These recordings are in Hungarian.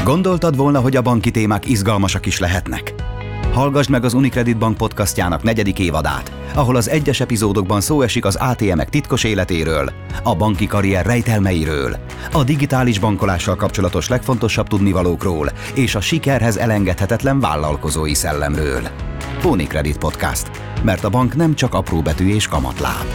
Gondoltad volna, hogy a banki témák izgalmasak is lehetnek? Hallgassd meg az Unicredit Bank podcastjának 4. évadát, ahol az egyes epizódokban szó esik az ATM-ek titkos életéről, a banki karrier rejtelmeiről, a digitális bankolással kapcsolatos legfontosabb tudnivalókról és a sikerhez elengedhetetlen vállalkozói szellemről. Unicredit Podcast, mert a bank nem csak apróbetű és kamatláb.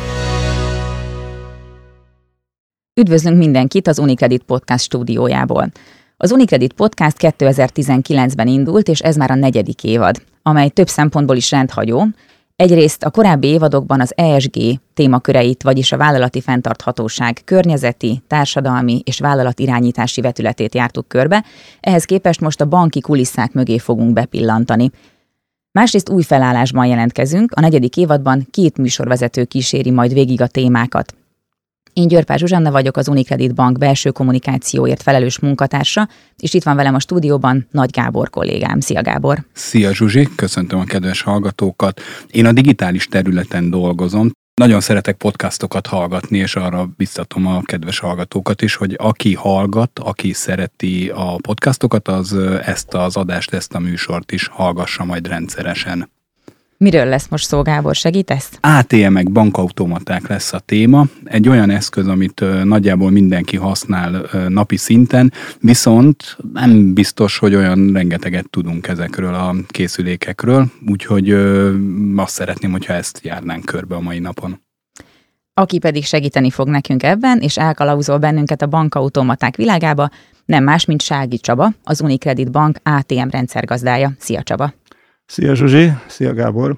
Üdvözlünk mindenkit az Unicredit Podcast stúdiójából. Az Unicredit Podcast 2019-ben indult, és ez már a 4. évad, amely több szempontból is rendhagyó. Egyrészt a korábbi évadokban az ESG témaköreit, vagyis a vállalati fenntarthatóság környezeti, társadalmi és vállalatirányítási vetületét jártuk körbe, ehhez képest most a banki kulisszák mögé fogunk bepillantani. Másrészt új felállásban jelentkezünk, a 4. évadban 2 műsorvezető kíséri majd végig a témákat. Én Györpár Zsuzsanna vagyok, az Unicredit Bank belső kommunikációért felelős munkatársa, és itt van velem a stúdióban Nagy Gábor kollégám. Szia Gábor! Szia Zsuzsi, köszöntöm a kedves hallgatókat. Én a digitális területen dolgozom. Nagyon szeretek podcastokat hallgatni, és arra biztatom a kedves hallgatókat is, hogy aki hallgat, aki szereti a podcastokat, az ezt az adást, ezt a műsort is hallgassa majd rendszeresen. Miről lesz most szó, Gábor, segítesz? ATM-ek, bankautomaták lesz a téma. Egy olyan eszköz, amit nagyjából mindenki használ napi szinten, viszont nem biztos, hogy olyan rengeteget tudunk ezekről a készülékekről, úgyhogy azt szeretném, hogyha ezt járnánk körbe a mai napon. Aki pedig segíteni fog nekünk ebben, és elkalauzol bennünket a bankautomaták világába, nem más, mint Sági Csaba, az Unicredit Bank ATM rendszergazdája. Szia Csaba! Szia Zsuzsi, szia Gábor!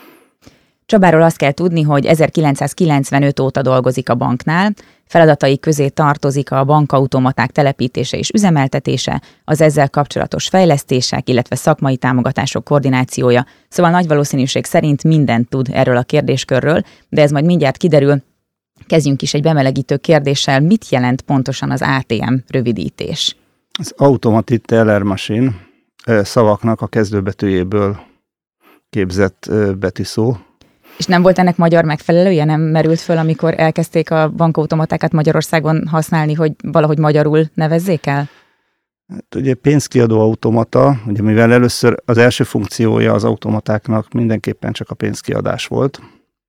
Csabáról azt kell tudni, hogy 1995 óta dolgozik a banknál, feladatai közé tartozik a bankautomaták telepítése és üzemeltetése, az ezzel kapcsolatos fejlesztések, illetve szakmai támogatások koordinációja, szóval nagy valószínűség szerint mindent tud erről a kérdéskörről, de ez majd mindjárt kiderül. Kezdjünk is egy bemelegítő kérdéssel, mit jelent pontosan az ATM rövidítés? Az Automated Teller Machine szavaknak a kezdőbetűjéből képzett betűszó. És nem volt ennek magyar megfelelője? Nem merült föl, amikor elkezdték a bankautomatákat Magyarországon használni, hogy valahogy magyarul nevezzék el? Hát ugye pénzkiadó automata, ugye mivel először az első funkciója az automatáknak mindenképpen csak a pénzkiadás volt.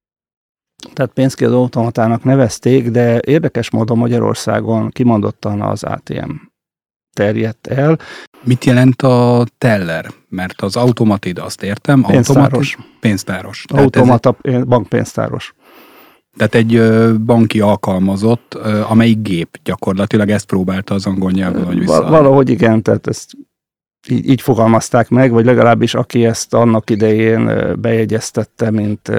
Tehát pénzkiadó automatának nevezték, de érdekes módon Magyarországon kimondottan az ATM terjedt el. Mit jelent a teller? Mert az automatid, azt értem. Pénztáros. Pénztáros. Automata, bankpénztáros. Tehát egy banki alkalmazott, amelyik gép gyakorlatilag ezt próbálta az angol nyelven, hogy visszaadni. Valahogy igen, tehát ezt így fogalmazták meg, vagy legalábbis aki ezt annak idején bejegyeztette, mint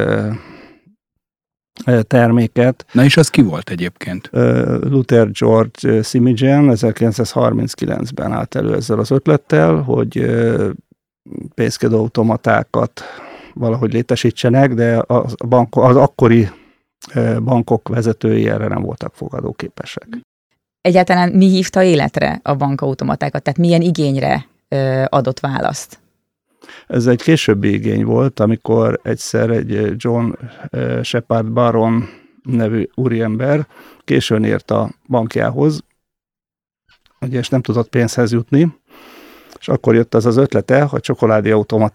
terméket. Na és az ki volt egyébként? Luther George Simijan 1939-ben állt elő ezzel az ötlettel, hogy pénzkiadó automatákat valahogy létesítsenek, de az akkori bankok vezetői erre nem voltak fogadóképesek. Egyáltalán mi hívta életre a bankautomatákat? Tehát milyen igényre adott választ? Ez egy későbbi igény volt, amikor egyszer egy John Shepard Baron nevű úriember későn ért a bankjához, ugye, és nem tudott pénzhez jutni, és akkor jött az ötlete, hogy csokoládé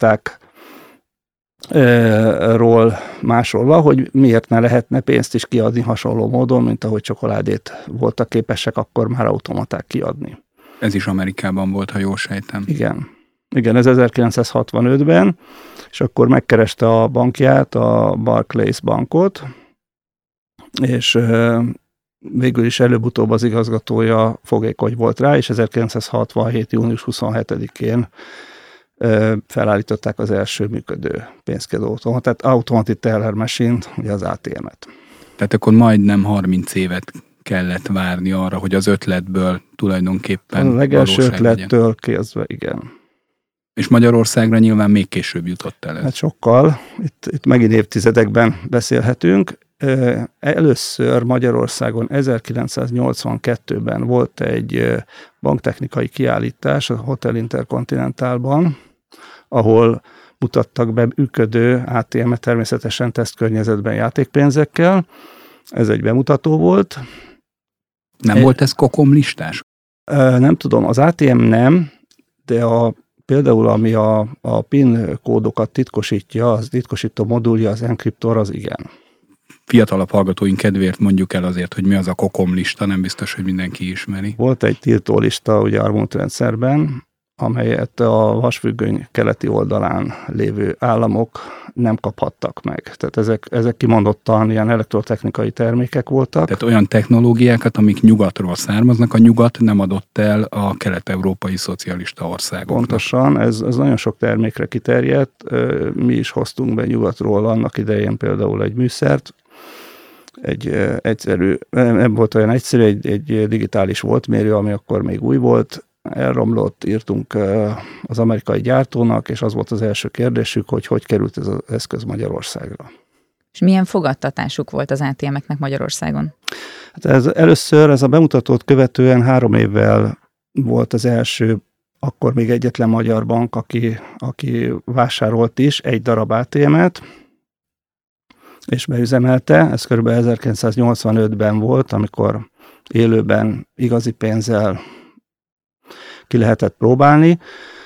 automatákról másolva, hogy miért ne lehetne pénzt is kiadni hasonló módon, mint ahogy csokoládét voltak képesek akkor már automaták kiadni. Ez is Amerikában volt, ha jól sejtem. Igen, ez 1965-ben, és akkor megkereste a bankját, a Barclays bankot, és végül is előbb-utóbb az igazgatója fogékony volt rá, és 1967. június 27-én felállították az első működő pénzkiadó automatát, Automated Teller Machine, ugye az ATM-et. Tehát akkor majdnem 30 évet kellett várni arra, hogy az ötletből tulajdonképpen a legelső ötlettől kezdve, igen. És Magyarországra nyilván még később jutott el ez. Hát sokkal. Itt megint évtizedekben beszélhetünk. Először Magyarországon 1982-ben volt egy banktechnikai kiállítás a Hotel Intercontinentalban, ahol mutattak be működő ATM-et természetesen tesztkörnyezetben játékpénzekkel. Ez egy bemutató volt. Nem volt ez kokom listás? Nem tudom, az ATM nem, de például ami a PIN kódokat titkosítja, az titkosító modulja, az enkriptor, az igen. Fiatalabb hallgatóink kedvéért mondjuk el azért, hogy mi az a COCOM lista, nem biztos, hogy mindenki ismeri. Volt egy tiltólista ugye a Armut rendszerben, amelyet a vasfüggöny keleti oldalán lévő államok nem kaphattak meg. Tehát ezek kimondottan ilyen elektrotechnikai termékek voltak. Tehát olyan technológiákat, amik nyugatról származnak, a nyugat nem adott el a kelet-európai szocialista országoknak. Pontosan, ez nagyon sok termékre kiterjedt. Mi is hoztunk be nyugatról annak idején például egy műszert, nem volt olyan egyszerű, egy digitális voltmérő, ami akkor még új volt, elromlott, írtunk az amerikai gyártónak, és az volt az első kérdésük, hogy került ez az eszköz Magyarországra. És milyen fogadtatásuk volt az ATM-eknek Magyarországon? Hát először ez a bemutatót követően 3 évvel volt az első, akkor még egyetlen magyar bank, aki vásárolt is egy darab ATM-et, és beüzemelte. Ez kb. 1985-ben volt, amikor élőben igazi pénzzel ki lehetett próbálni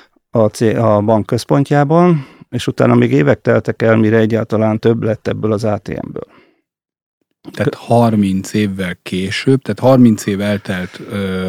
a bank központjában, és utána még évek teltek el, mire egyáltalán több lett ebből az ATM-ből. Tehát 30 évvel később, tehát 30 év eltelt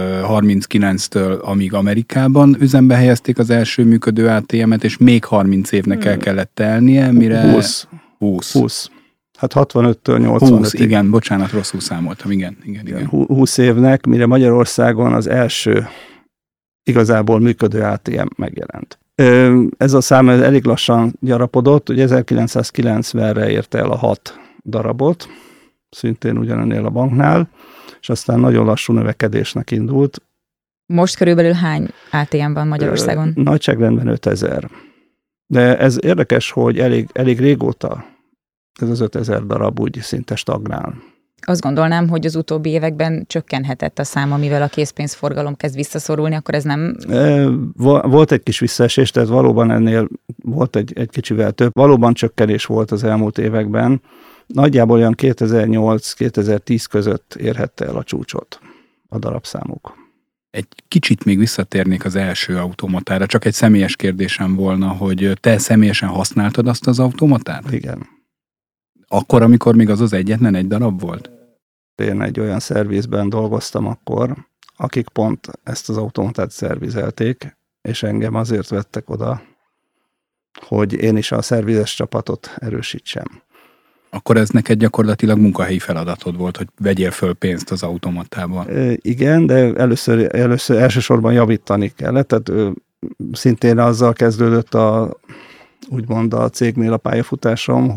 39-től, amíg Amerikában üzembe helyezték az első működő ATM-et, és még 30 évnek el kellett telnie, mire... 20. Hát 65-től 85-ig. 20, igen, bocsánat, rosszul számoltam, igen. 20 évnek, mire Magyarországon az első igazából működő ATM megjelent. Ez a szám elég lassan gyarapodott, ugye 1990-re érte el a 6 darabot, szintén ugyanennél a banknál, és aztán nagyon lassú növekedésnek indult. Most körülbelül hány ATM van Magyarországon? Nagyságrendben 5000. De ez érdekes, hogy elég régóta ez az 5000 darab úgy szinte stagnál. Azt gondolnám, hogy az utóbbi években csökkenhetett a szám, amivel a készpénzforgalom kezd visszaszorulni, akkor ez nem... Volt egy kis visszaesés, tehát valóban ennél volt egy kicsivel több. Valóban csökkenés volt az elmúlt években. Nagyjából olyan 2008-2010 között érhette el a csúcsot a darabszámuk. Egy kicsit még visszatérnék az első automatára, csak egy személyes kérdésem volna, hogy te személyesen használtad azt az automatát? Igen. Akkor, amikor még az egyetlen egy darab volt? Én egy olyan szervizben dolgoztam akkor, akik pont ezt az automatát szervizelték, és engem azért vettek oda, hogy én is a szervizes csapatot erősítsem. Akkor ez neked gyakorlatilag munkahelyi feladatod volt, hogy vegyél föl pénzt az automatában. Igen, de először elsősorban javítani kellett, tehát szintén azzal kezdődött úgymond a cégnél a pályafutásom,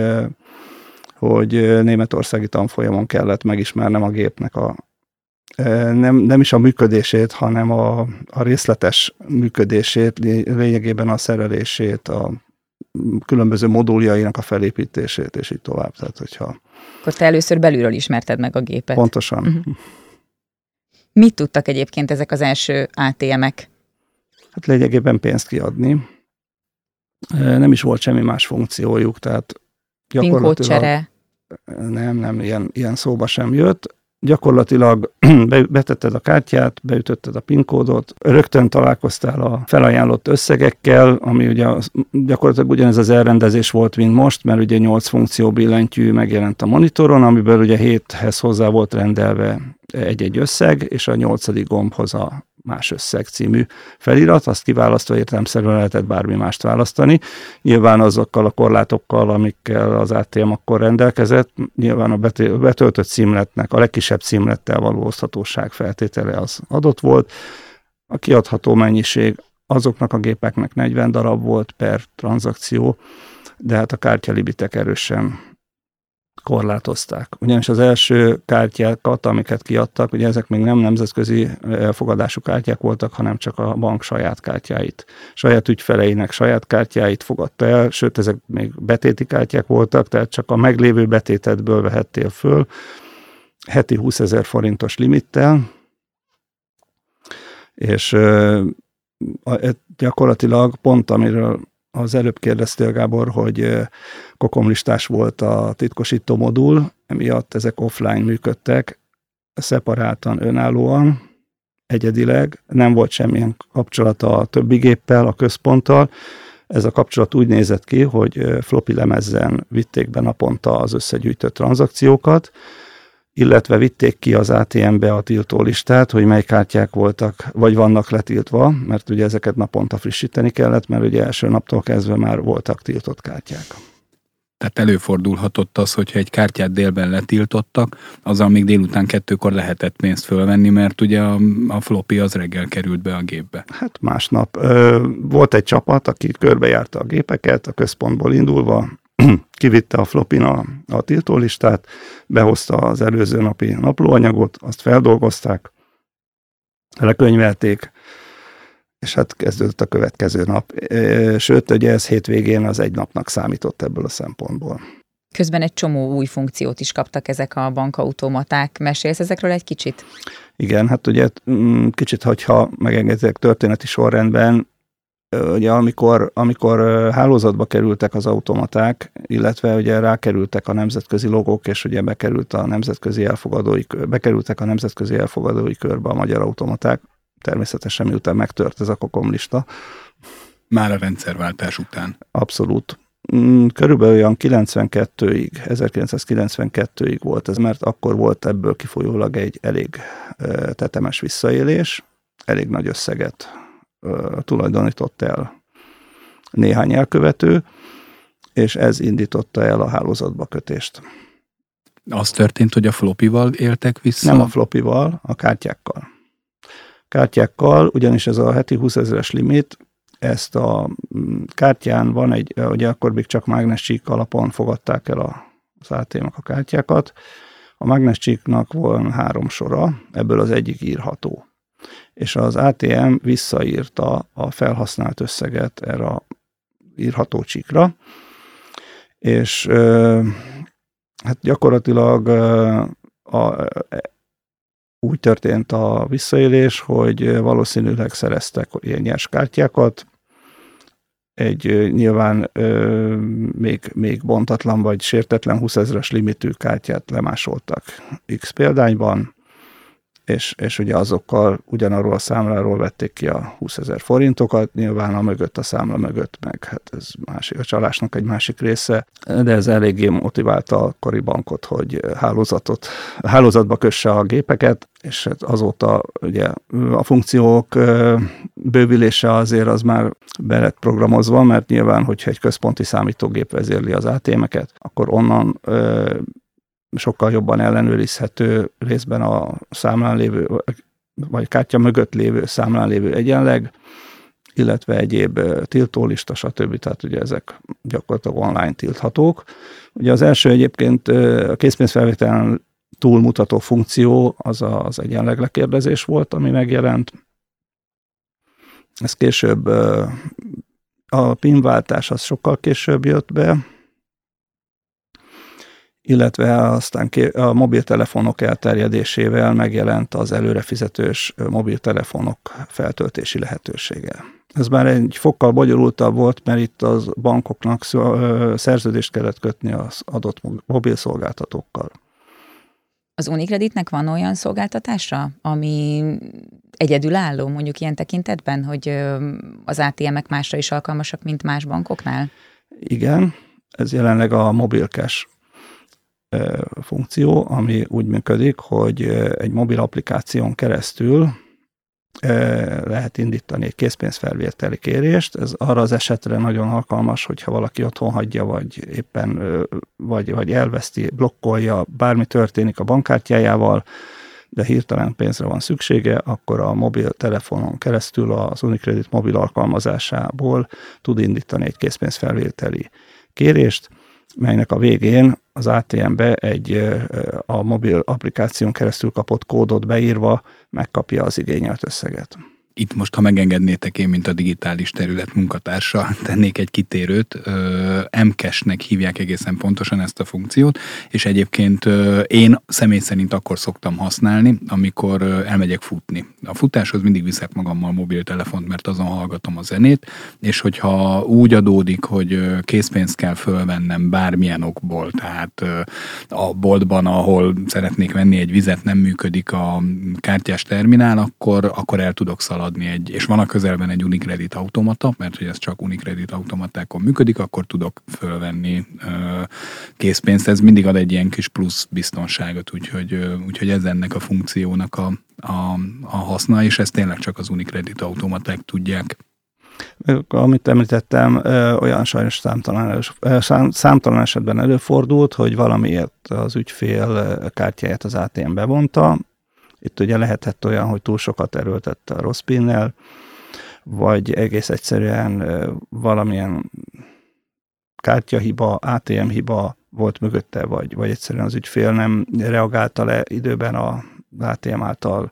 hogy németországi tanfolyamon kellett megismernem a gépnek nem is a működését, hanem a részletes működését, lényegében a szerelését, a különböző moduljainak a felépítését, és így tovább. Tehát, Akkor te először belülről ismerted meg a gépet. Pontosan. Uh-huh. Mit tudtak egyébként ezek az első ATM-ek? Hát lényegében pénzt kiadni. Nem is volt semmi más funkciójuk, tehát PIN-kódcsere? Nem, ilyen szóba sem jött. Gyakorlatilag betetted a kártyát, beütötted a PIN kódot, rögtön találkoztál a felajánlott összegekkel, ami ugye gyakorlatilag ugyanez az elrendezés volt, mint most, mert ugye 8 funkcióbillentyű megjelent a monitoron, amiből ugye 7-hez hozzá volt rendelve egy-egy összeg, és a 8. gombhoz a más összeg című felirat, azt kiválasztva értelemszerűen lehetett bármi mást választani. Nyilván azokkal a korlátokkal, amikkel az ATM akkor rendelkezett, nyilván a betöltött címletnek, a legkisebb címlettel való oszthatóság feltétele az adott volt. A kiadható mennyiség azoknak a gépeknek 40 darab volt per tranzakció, de hát a kártyalibitek erősen korlátozták. Ugyanis az első kártyákat, amiket kiadtak, ugye ezek még nem nemzetközi elfogadású kártyák voltak, hanem csak a bank saját kártyáit. Saját ügyfeleinek saját kártyáit fogadta el, sőt, ezek még betéti kártyák voltak, tehát csak a meglévő betétedből vehettél föl, heti 20 000 forintos limittel, és gyakorlatilag pont, amiről az előbb kérdeztél, Gábor, hogy COCOM listás volt a titkosító modul, emiatt ezek offline működtek, szeparáltan, önállóan, egyedileg, nem volt semmilyen kapcsolata a többi géppel, a központtal. Ez a kapcsolat úgy nézett ki, hogy floppy lemezzen vitték be naponta az összegyűjtött tranzakciókat, illetve vitték ki az ATM-be a tiltólistát, hogy mely kártyák voltak, vagy vannak letiltva, mert ugye ezeket naponta frissíteni kellett, mert ugye első naptól kezdve már voltak tiltott kártyák. Tehát előfordulhatott az, hogyha egy kártyát délben letiltottak, azzal még délután 2-kor lehetett pénzt fölvenni, mert ugye a floppy az reggel került be a gépbe. Hát másnap. Volt egy csapat, aki körbejárta a gépeket, a központból indulva, kivitte a floppin a tiltólistát, behozta az előző napi naplóanyagot, azt feldolgozták, lekönyvelték, és hát kezdődött a következő nap. Sőt, ugye ez hétvégén az egy napnak számított ebből a szempontból. Közben egy csomó új funkciót is kaptak ezek a bankautomaták. Mesélsz ezekről egy kicsit? Igen, hát ugye kicsit, hogyha megengedtek történeti sorrendben, ugye amikor hálózatba kerültek az automaták, illetve ugye rákerültek a nemzetközi logók, és ugye bekerültek a nemzetközi elfogadói körbe a magyar automaták, természetesen miután megtört ez a kokomlista. Már a rendszerváltás után. Abszolút. Körülbelül olyan 1992-ig volt ez, mert akkor volt ebből kifolyólag egy elég tetemes visszaélés, elég nagy összeget tulajdonított el néhány elkövető, és ez indította el a hálózatba kötést. Az történt, hogy a floppyval éltek vissza? Nem a floppyval, a kártyákkal, ugyanis ez a heti 20 000-es limit, ezt a kártyán van egy, ugye akkor még csak mágnescsík alapon fogadták el az ATM-ek a kártyákat. A mágnescsíknak van 3 sora, ebből az egyik írható. És az ATM visszaírta a felhasznált összeget erre a írható csíkra, és hát gyakorlatilag úgy történt a visszaélés, hogy valószínűleg szereztek ilyen nyers kártyákat, egy nyilván még bontatlan vagy sértetlen 20 000-es limitű kártyát lemásoltak X példányban, és ugye azokkal ugyanarról a számláról vették ki a 20 000 forintokat, nyilván a számla mögött, meg hát ez másik, a csalásnak egy másik része, de ez eléggé motiválta a akkori bankot, hogy hálózatba kösse a gépeket, és azóta ugye a funkciók bővülése azért az már be lett programozva, mert nyilván, hogyha egy központi számítógép vezérli az ATM-eket, akkor onnan sokkal jobban ellenőrizhető részben a számlán lévő, vagy kártya mögött lévő számlán lévő egyenleg, illetve egyéb tiltólista, stb. Tehát ugye ezek gyakorlatilag online tilthatók. Ugye az első egyébként a készpénzfelvételen túlmutató funkció az egyenleg lekérdezés volt, ami megjelent. Ez később, a PIN-váltás az sokkal később jött be, illetve aztán a mobiltelefonok elterjedésével megjelent az előrefizetős mobiltelefonok feltöltési lehetősége. Ez már egy fokkal bonyolultabb volt, mert itt az bankoknak szerződést kellett kötni az adott mobilszolgáltatókkal. Az Unicreditnek van olyan szolgáltatása, ami egyedülálló mondjuk ilyen tekintetben, hogy az ATM-ek másra is alkalmasak, mint más bankoknál? Igen, ez jelenleg a mobil cash funkció, ami úgy működik, hogy egy mobil applikáción keresztül lehet indítani egy készpénzfelvételi kérést. Ez arra az esetre nagyon alkalmas, hogyha valaki otthon hagyja, vagy éppen vagy elveszti, blokkolja, bármi történik a bankkártyájával, de hirtelen pénzre van szüksége, akkor a mobiltelefonon keresztül az Unicredit mobil alkalmazásából tud indítani egy készpénzfelvételi kérést, melynek a végén az ATM-be a mobil applikáción keresztül kapott kódot beírva megkapja az igényelt összeget. Itt most, ha megengednétek, én, mint a digitális terület munkatársa, tennék egy kitérőt. M-cache-nek hívják egészen pontosan ezt a funkciót, és egyébként én személy szerint akkor szoktam használni, amikor elmegyek futni. A futáshoz mindig viszek magammal mobiltelefont, mert azon hallgatom a zenét, és hogyha úgy adódik, hogy készpénzt kell fölvennem bármilyen okból, tehát a boltban, ahol szeretnék venni egy vizet, nem működik a kártyás terminál, akkor el tudok szaladni és van a közelben egy Unicredit automata, mert hogy ez csak Unicredit automatákon működik, akkor tudok fölvenni készpénzt. Ez mindig ad egy ilyen kis plusz biztonságot, úgyhogy ez ennek a funkciónak a haszna, és ezt tényleg csak az Unicredit automaták tudják. Amit említettem, olyan sajnos számtalan esetben előfordult, hogy valamiért az ügyfél kártyáját az ATM bevonta. Itt ugye lehetett olyan, hogy túl sokat erőltett a rossz pinnel, vagy egész egyszerűen valamilyen kártyahiba, ATM hiba volt mögötte, vagy egyszerűen az ügyfél nem reagálta le időben az ATM által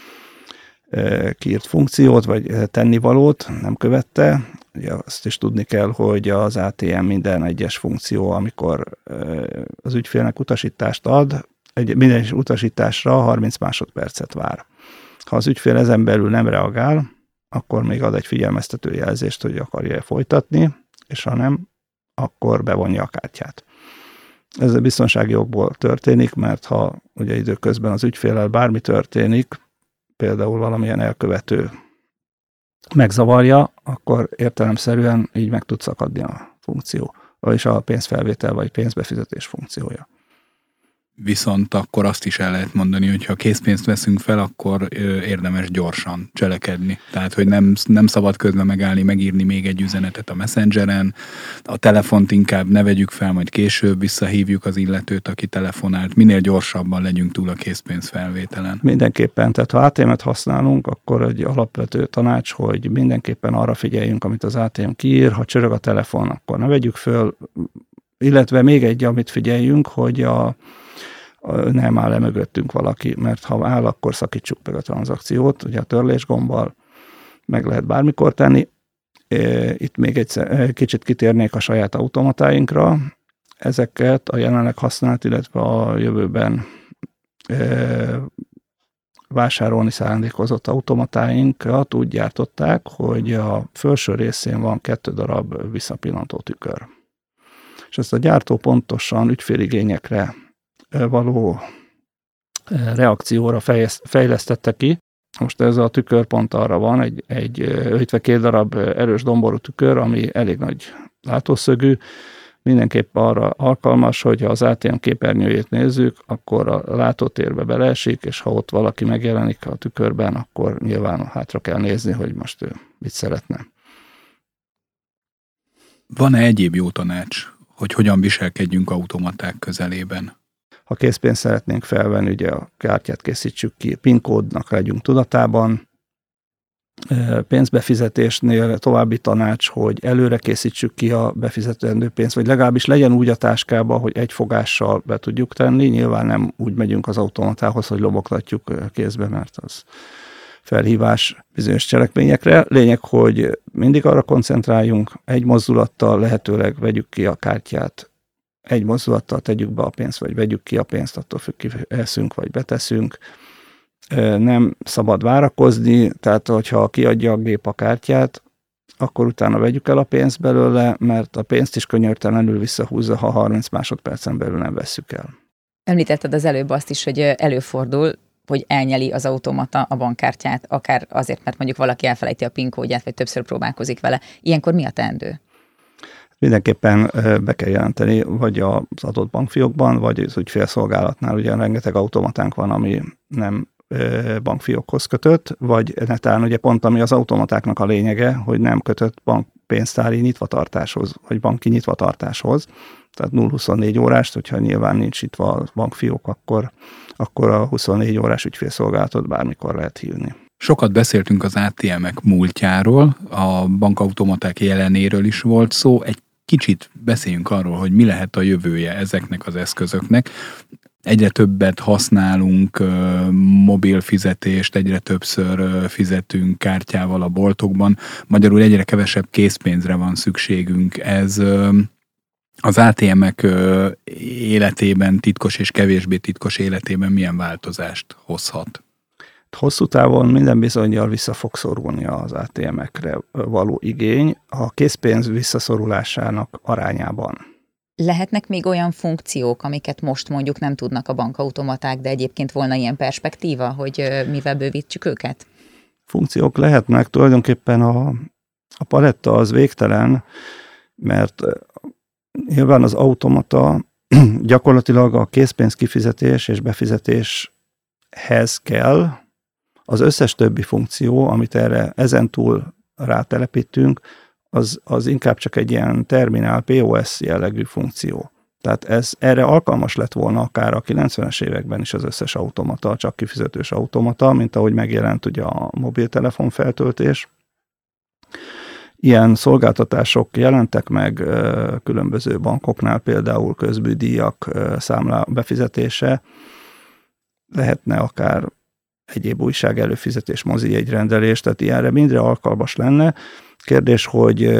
kiírt funkciót, vagy tennivalót, nem követte. Ugye azt is tudni kell, hogy az ATM minden egyes funkció, amikor az ügyfélnek utasítást ad, minden utasításra 30 másodpercet vár. Ha az ügyfél ezen belül nem reagál, akkor még ad egy figyelmeztető jelzést, hogy akarja folytatni, és ha nem, akkor bevonja a kártyát. Ez a biztonsági okból történik, mert ha ugye időközben az ügyféllel bármi történik, például valamilyen elkövető megzavarja, akkor értelemszerűen így meg tud szakadni a funkció, vagyis a pénzfelvétel vagy pénzbefizetés funkciója. Viszont akkor azt is el lehet mondani, hogy ha készpénzt veszünk fel, akkor érdemes gyorsan cselekedni. Tehát, hogy nem szabad közben megállni, megírni még egy üzenetet a Messengeren, a telefont inkább ne vegyük fel, majd később visszahívjuk az illetőt, aki telefonált. Minél gyorsabban legyünk túl a készpénz felvételen. Mindenképpen, tehát ha ATM-et használunk, akkor egy alapvető tanács, hogy mindenképpen arra figyeljünk, amit az ATM kiír, ha csörög a telefon, akkor ne vegyük föl, illetve még egy, amit figyeljünk, hogy nem áll le mögöttünk valaki, mert ha áll, akkor szakítsuk meg a tranzakciót, ugye a törlésgombbal meg lehet bármikor tenni. Itt még egyszer kicsit kitérnék a saját automatáinkra. Ezeket a jelenleg használt, illetve a jövőben vásárolni szándékozott automatáinkat úgy gyártották, hogy a felső részén van 2 darab visszapillantó tükör. És ezt a gyártó pontosan ügyféligényekre való reakcióra fejlesztette ki. Most ez a tükör pont arra van, illetve 2 darab erős domború tükör, ami elég nagy látószögű, mindenképp arra alkalmas, hogy ha az ATM képernyőjét nézzük, akkor a látótérbe beleesik, és ha ott valaki megjelenik a tükörben, akkor nyilván hátra kell nézni, hogy most ő mit szeretne. Van-e egyéb jó tanács, hogy hogyan viselkedjünk automaták közelében? Ha készpénzt szeretnénk felvenni, ugye a kártyát készítsük ki, PIN kódnak legyünk tudatában. Pénzbefizetésnél további tanács, hogy előre készítsük ki a befizetendő pénzt, vagy legalábbis legyen úgy a táskába, hogy egy fogással be tudjuk tenni. Nyilván nem úgy megyünk az automatához, hogy lobogtatjuk kézbe, mert az felhívás bizonyos cselekményekre. Lényeg, hogy mindig arra koncentráljunk, egy mozdulattal lehetőleg vegyük ki a kártyát, egy mozdulattal tegyük be a pénzt, vagy vegyük ki a pénzt, attól függ, eszünk, vagy beteszünk. Nem szabad várakozni, tehát hogyha kiadja a gép a kártyát, akkor utána vegyük el a pénzt belőle, mert a pénzt is könyörtelenül visszahúzza, ha 30 másodpercen belül nem vesszük el. Említetted az előbb azt is, hogy előfordul, hogy elnyeli az automata a bankkártyát, akár azért, mert mondjuk valaki elfelejti a PIN kódját, vagy többször próbálkozik vele. Ilyenkor mi a teendő? Mindenképpen be kell jelenteni, vagy az adott bankfiókban, vagy az ügyfélszolgálatnál, ugye rengeteg automatánk van, ami nem bankfiókhoz kötött, vagy netán ugye pont ami az automatáknak a lényege, hogy nem kötött bankpénztári nyitvatartáshoz, vagy banki nyitvatartáshoz. Tehát 0-24 órást, hogyha nyilván nincs nyitva a bankfiók, akkor a 24 órás ügyfélszolgálatot bármikor lehet hívni. Sokat beszéltünk az ATM-ek múltjáról, a bankautomaták jelenéről is volt szó, egy kicsit beszéljünk arról, hogy mi lehet a jövője ezeknek az eszközöknek. Egyre többet használunk mobil fizetést, egyre többször fizetünk kártyával a boltokban. Magyarul egyre kevesebb készpénzre van szükségünk. Ez az ATM-ek életében, titkos és kevésbé titkos életében milyen változást hozhat? Hosszú távon minden bizonnyal vissza fog szorulni az ATM-ekre való igény a készpénz visszaszorulásának arányában. Lehetnek még olyan funkciók, amiket most mondjuk nem tudnak a bankautomaták, de egyébként volna ilyen perspektíva, hogy mivel bővítsük őket? Funkciók lehetnek, tulajdonképpen a paletta az végtelen, mert nyilván az automata gyakorlatilag a készpénz kifizetés és befizetéshez kell. Az összes többi funkció, amit ezentúl rátelepítünk, az inkább csak egy ilyen terminál POS jellegű funkció. Tehát erre alkalmas lett volna akár a 90-es években is az összes automata, csak kifizetős automata, mint ahogy megjelent ugye a mobiltelefon feltöltés. Ilyen szolgáltatások jelentek meg különböző bankoknál, például közbűdíjak számla befizetése, lehetne akár egyéb újság előfizetés, mozijegyrendelés, tehát ilyenre mindre alkalmas lenne. Kérdés, hogy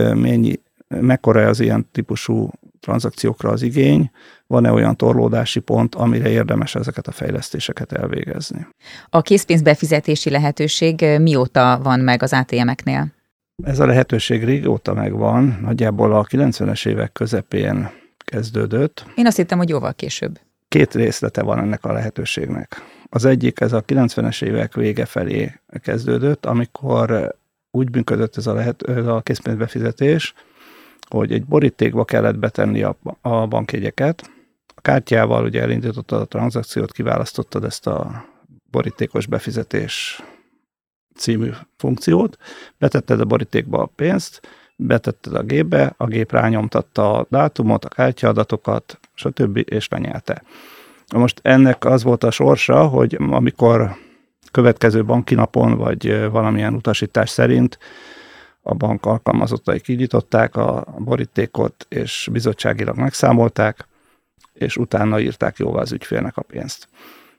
mekkora az ilyen típusú tranzakciókra az igény, van-e olyan torlódási pont, amire érdemes ezeket a fejlesztéseket elvégezni. A készpénz befizetési lehetőség mióta van meg az ATM-eknél? Ez a lehetőség régóta megvan, nagyjából a 90-es évek közepén kezdődött. Én azt hittem, hogy jóval később. Két részlete van ennek a lehetőségnek. Az egyik, ez a 90-es évek vége felé kezdődött, amikor úgy működött ez a készpénzbefizetés, hogy egy borítékba kellett betenni a bankjegyeket. A kártyával ugye elindítottad a tranzakciót, kiválasztottad ezt a borítékos befizetés című funkciót, betetted a borítékba a pénzt, betetted a gépbe, a gép rányomtatta a dátumot, a kártyaadatokat, stb. És lenyelte. Most ennek az volt a sorsa, hogy amikor következő banki napon, vagy valamilyen utasítás szerint a bank alkalmazottai kinyitották a borítékot, és bizottságilag megszámolták, és utána írták jóvá az ügyfélnek a pénzt.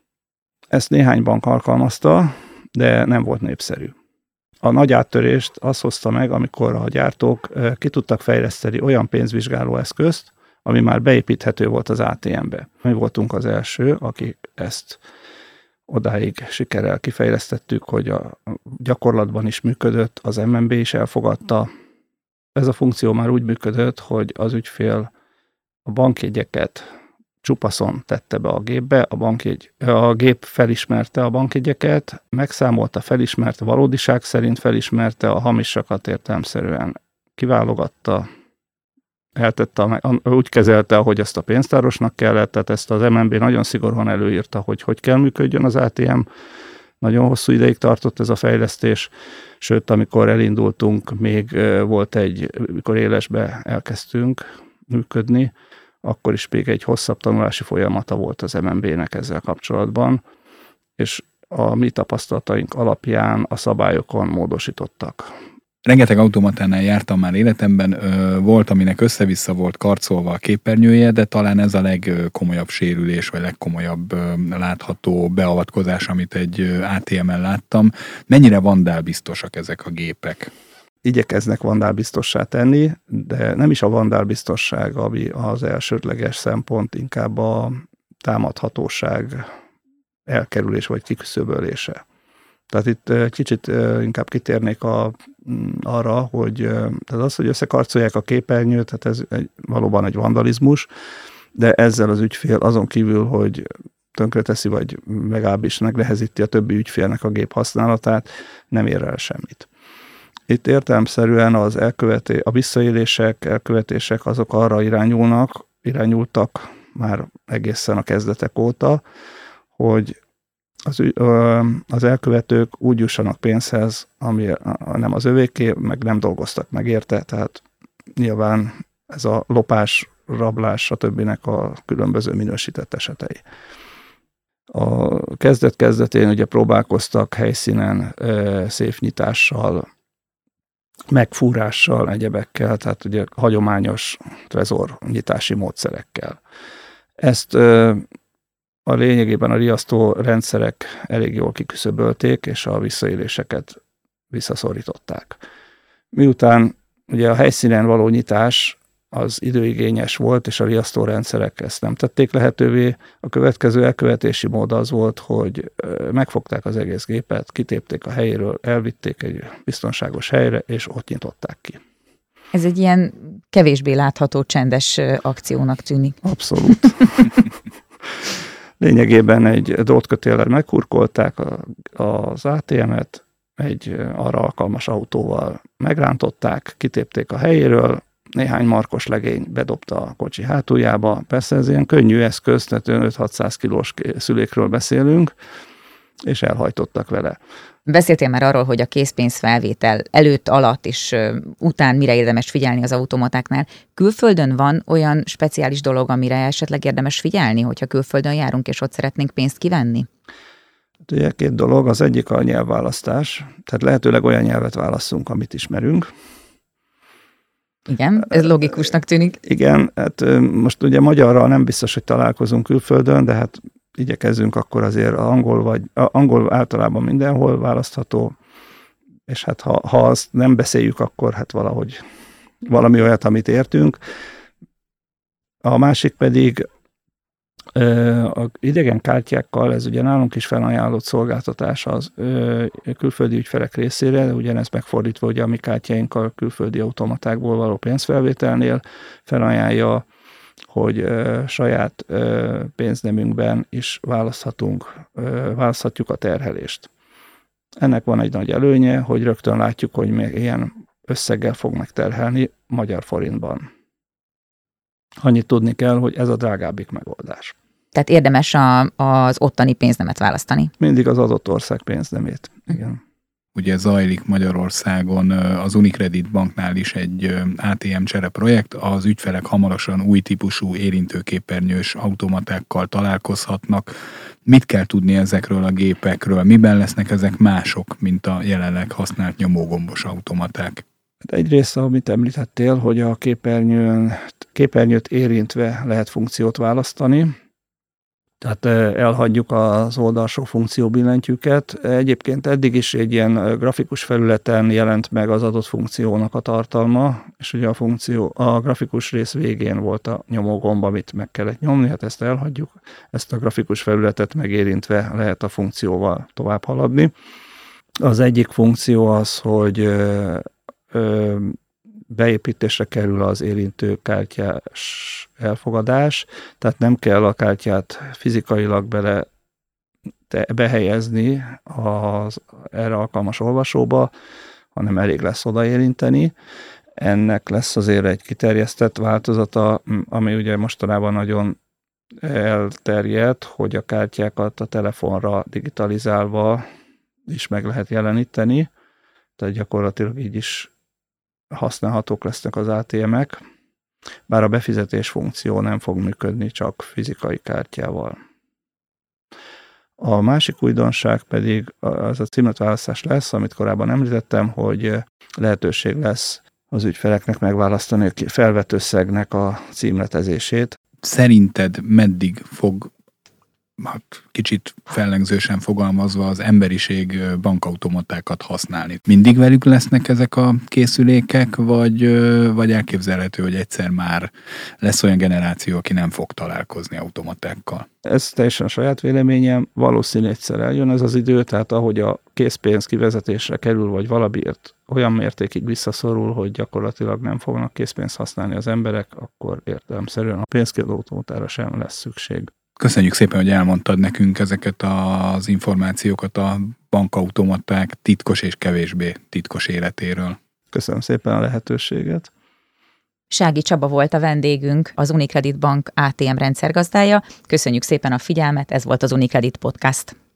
Ezt néhány bank alkalmazta, de nem volt népszerű. A nagy áttörést azt hozta meg, amikor a gyártók ki tudtak fejleszteni olyan pénzvizsgáló eszközt, ami már beépíthető volt az ATM-be. Mi voltunk az első, akik ezt odáig sikerrel kifejlesztettük, hogy a gyakorlatban is működött, az MNB is elfogadta. Ez a funkció már úgy működött, hogy az ügyfél a bankjegyeket csupaszon tette be a gépbe, a gép felismerte a bankjegyeket, megszámolta, felismerte, valódiság szerint felismerte, a hamisakat értelemszerűen kiválogatta, eltette, úgy kezelte, ahogy ezt a pénztárosnak kellett, tehát ezt az MNB nagyon szigorúan előírta, hogy kell működjön az ATM. Nagyon hosszú ideig tartott ez a fejlesztés, sőt, amikor elindultunk, még volt mikor élesbe elkezdtünk működni, akkor is még egy hosszabb tanulási folyamata volt az MNB-nek ezzel kapcsolatban, és a mi tapasztalataink alapján a szabályokon módosítottak. Rengeteg automatánál jártam már életemben, volt, aminek össze-vissza volt karcolva a képernyője, de talán ez a legkomolyabb sérülés, vagy legkomolyabb látható beavatkozás, amit egy ATM-en láttam. Mennyire vandálbiztosak ezek a gépek? Igyekeznek vandálbiztossá tenni, de nem is a vandálbiztosság, ami az elsődleges szempont, inkább a támadhatóság elkerülés vagy kiküszöbölése. Tehát itt kicsit inkább kitérnék arra, hogy tehát az, hogy összekarcolják a képernyőt, tehát ez valóban egy vandalizmus, de ezzel az ügyfél azon kívül, hogy tönkreteszi, vagy legalábbis megnehezíti a többi ügyfélnek a gép használatát, nem ér el semmit. Itt értelemszerűen a visszaélések, elkövetések azok arra irányultak már egészen a kezdetek óta, hogy az elkövetők úgy jussanak pénzhez, ami nem az övéké, meg nem dolgoztak meg érte, tehát nyilván ez a lopás, rablás, a többinek a különböző minősített esetei. A kezdet-kezdetén ugye próbálkoztak helyszínen széfnyitással, megfúrással, egyebekkel, tehát ugye hagyományos trezornyitási módszerekkel. Ezt a lényegében a riasztó rendszerek elég jól kiküszöbölték, és a visszaéléseket visszaszorították. Miután ugye a helyszínen való nyitás az időigényes volt, és a riasztórendszerek ezt nem tették lehetővé. A következő elkövetési mód az volt, hogy megfogták az egész gépet, kitépték a helyéről, elvitték egy biztonságos helyre, és ott nyitották ki. Ez egy ilyen kevésbé látható, csendes akciónak tűnik. Abszolút. Lényegében egy drótkötéllel meghurkolták az ATM-et, egy arra alkalmas autóval megrántották, kitépték a helyéről, néhány markos legény bedobta a kocsi hátuljába. Persze ez ilyen könnyű eszköz, tehát 5-600 kilós szülékről beszélünk, és elhajtottak vele. Beszéltél már arról, hogy a készpénzfelvétel előtt, alatt és után mire érdemes figyelni az automatáknál. Külföldön van olyan speciális dolog, amire esetleg érdemes figyelni, hogyha külföldön járunk, és ott szeretnénk pénzt kivenni? Ugye 2 dolog, az egyik a nyelvválasztás, tehát lehetőleg olyan nyelvet válasszunk, amit ismerünk. Igen, ez logikusnak tűnik. Igen, hát most ugye magyarral nem biztos, hogy találkozunk külföldön, de hát igyekezzünk akkor azért angol általában mindenhol választható, és hát ha azt nem beszéljük, akkor hát valahogy valami olyat, amit értünk. A másik pedig a idegen kártyákkal, ez ugye nálunk is felajánlott szolgáltatás az külföldi ügyfelek részére, de ugyanezt megfordítva, ugye a mi kártyáinkkal külföldi automatákból való pénzfelvételnél felajánlja, hogy saját pénznemünkben is választhatjuk a terhelést. Ennek van egy nagy előnye, hogy rögtön látjuk, hogy még ilyen összeggel fog megterhelni magyar forintban. Annyit tudni kell, hogy ez a drágábbik megoldás. Tehát érdemes az ottani pénznemet választani. Mindig az adott ország pénznemét. Igen. Ugye zajlik Magyarországon az Unicredit Banknál is egy ATM csere projekt, az ügyfelek hamarosan új típusú érintőképernyős automatákkal találkozhatnak. Mit kell tudni ezekről a gépekről? Miben lesznek ezek mások, mint a jelenleg használt nyomógombos automaták? Egyrészt, amit említettél, hogy a képernyőt érintve lehet funkciót választani, tehát elhagyjuk az oldalsó funkcióbillentyűket. Egyébként eddig is egy ilyen grafikus felületen jelent meg az adott funkciónak a tartalma, és ugye a grafikus rész végén volt a nyomógomb, amit meg kellett nyomni, hát ezt elhagyjuk. Ezt a grafikus felületet megérintve lehet a funkcióval tovább haladni. Az egyik funkció az, hogy beépítésre kerül az érintőkártyás elfogadás, tehát nem kell a kártyát fizikailag behelyezni az erre alkalmas olvasóba, hanem elég lesz odaérinteni. Ennek lesz azért egy kiterjesztett változata, ami ugye mostanában nagyon elterjedt, hogy a kártyákat a telefonra digitalizálva is meg lehet jeleníteni, tehát gyakorlatilag így is használhatók lesznek az ATM-ek, bár a befizetés funkció nem fog működni csak fizikai kártyával. A másik újdonság pedig az a címletválasztás lesz, amit korábban említettem, hogy lehetőség lesz az ügyfeleknek megválasztani a felvett összegnek a címletezését. Szerinted meddig fog, kicsit fellengzősen fogalmazva, az emberiség bankautomatákat használni? Mindig velük lesznek ezek a készülékek, vagy elképzelhető, hogy egyszer már lesz olyan generáció, aki nem fog találkozni automatákkal? Ez teljesen a saját véleményem, valószínű egyszer eljön ez az idő, tehát ahogy a készpénz kivezetésre kerül, vagy valamiért olyan mértékig visszaszorul, hogy gyakorlatilag nem fognak készpénzt használni az emberek, akkor értelemszerűen a pénzkiadó automatára sem lesz szükség. Köszönjük szépen, hogy elmondtad nekünk ezeket az információkat a bankautomaták titkos és kevésbé titkos életéről. Köszönöm szépen a lehetőséget. Sági Csaba volt a vendégünk, az Unicredit Bank ATM rendszergazdája. Köszönjük szépen a figyelmet, ez volt az Unicredit Podcast.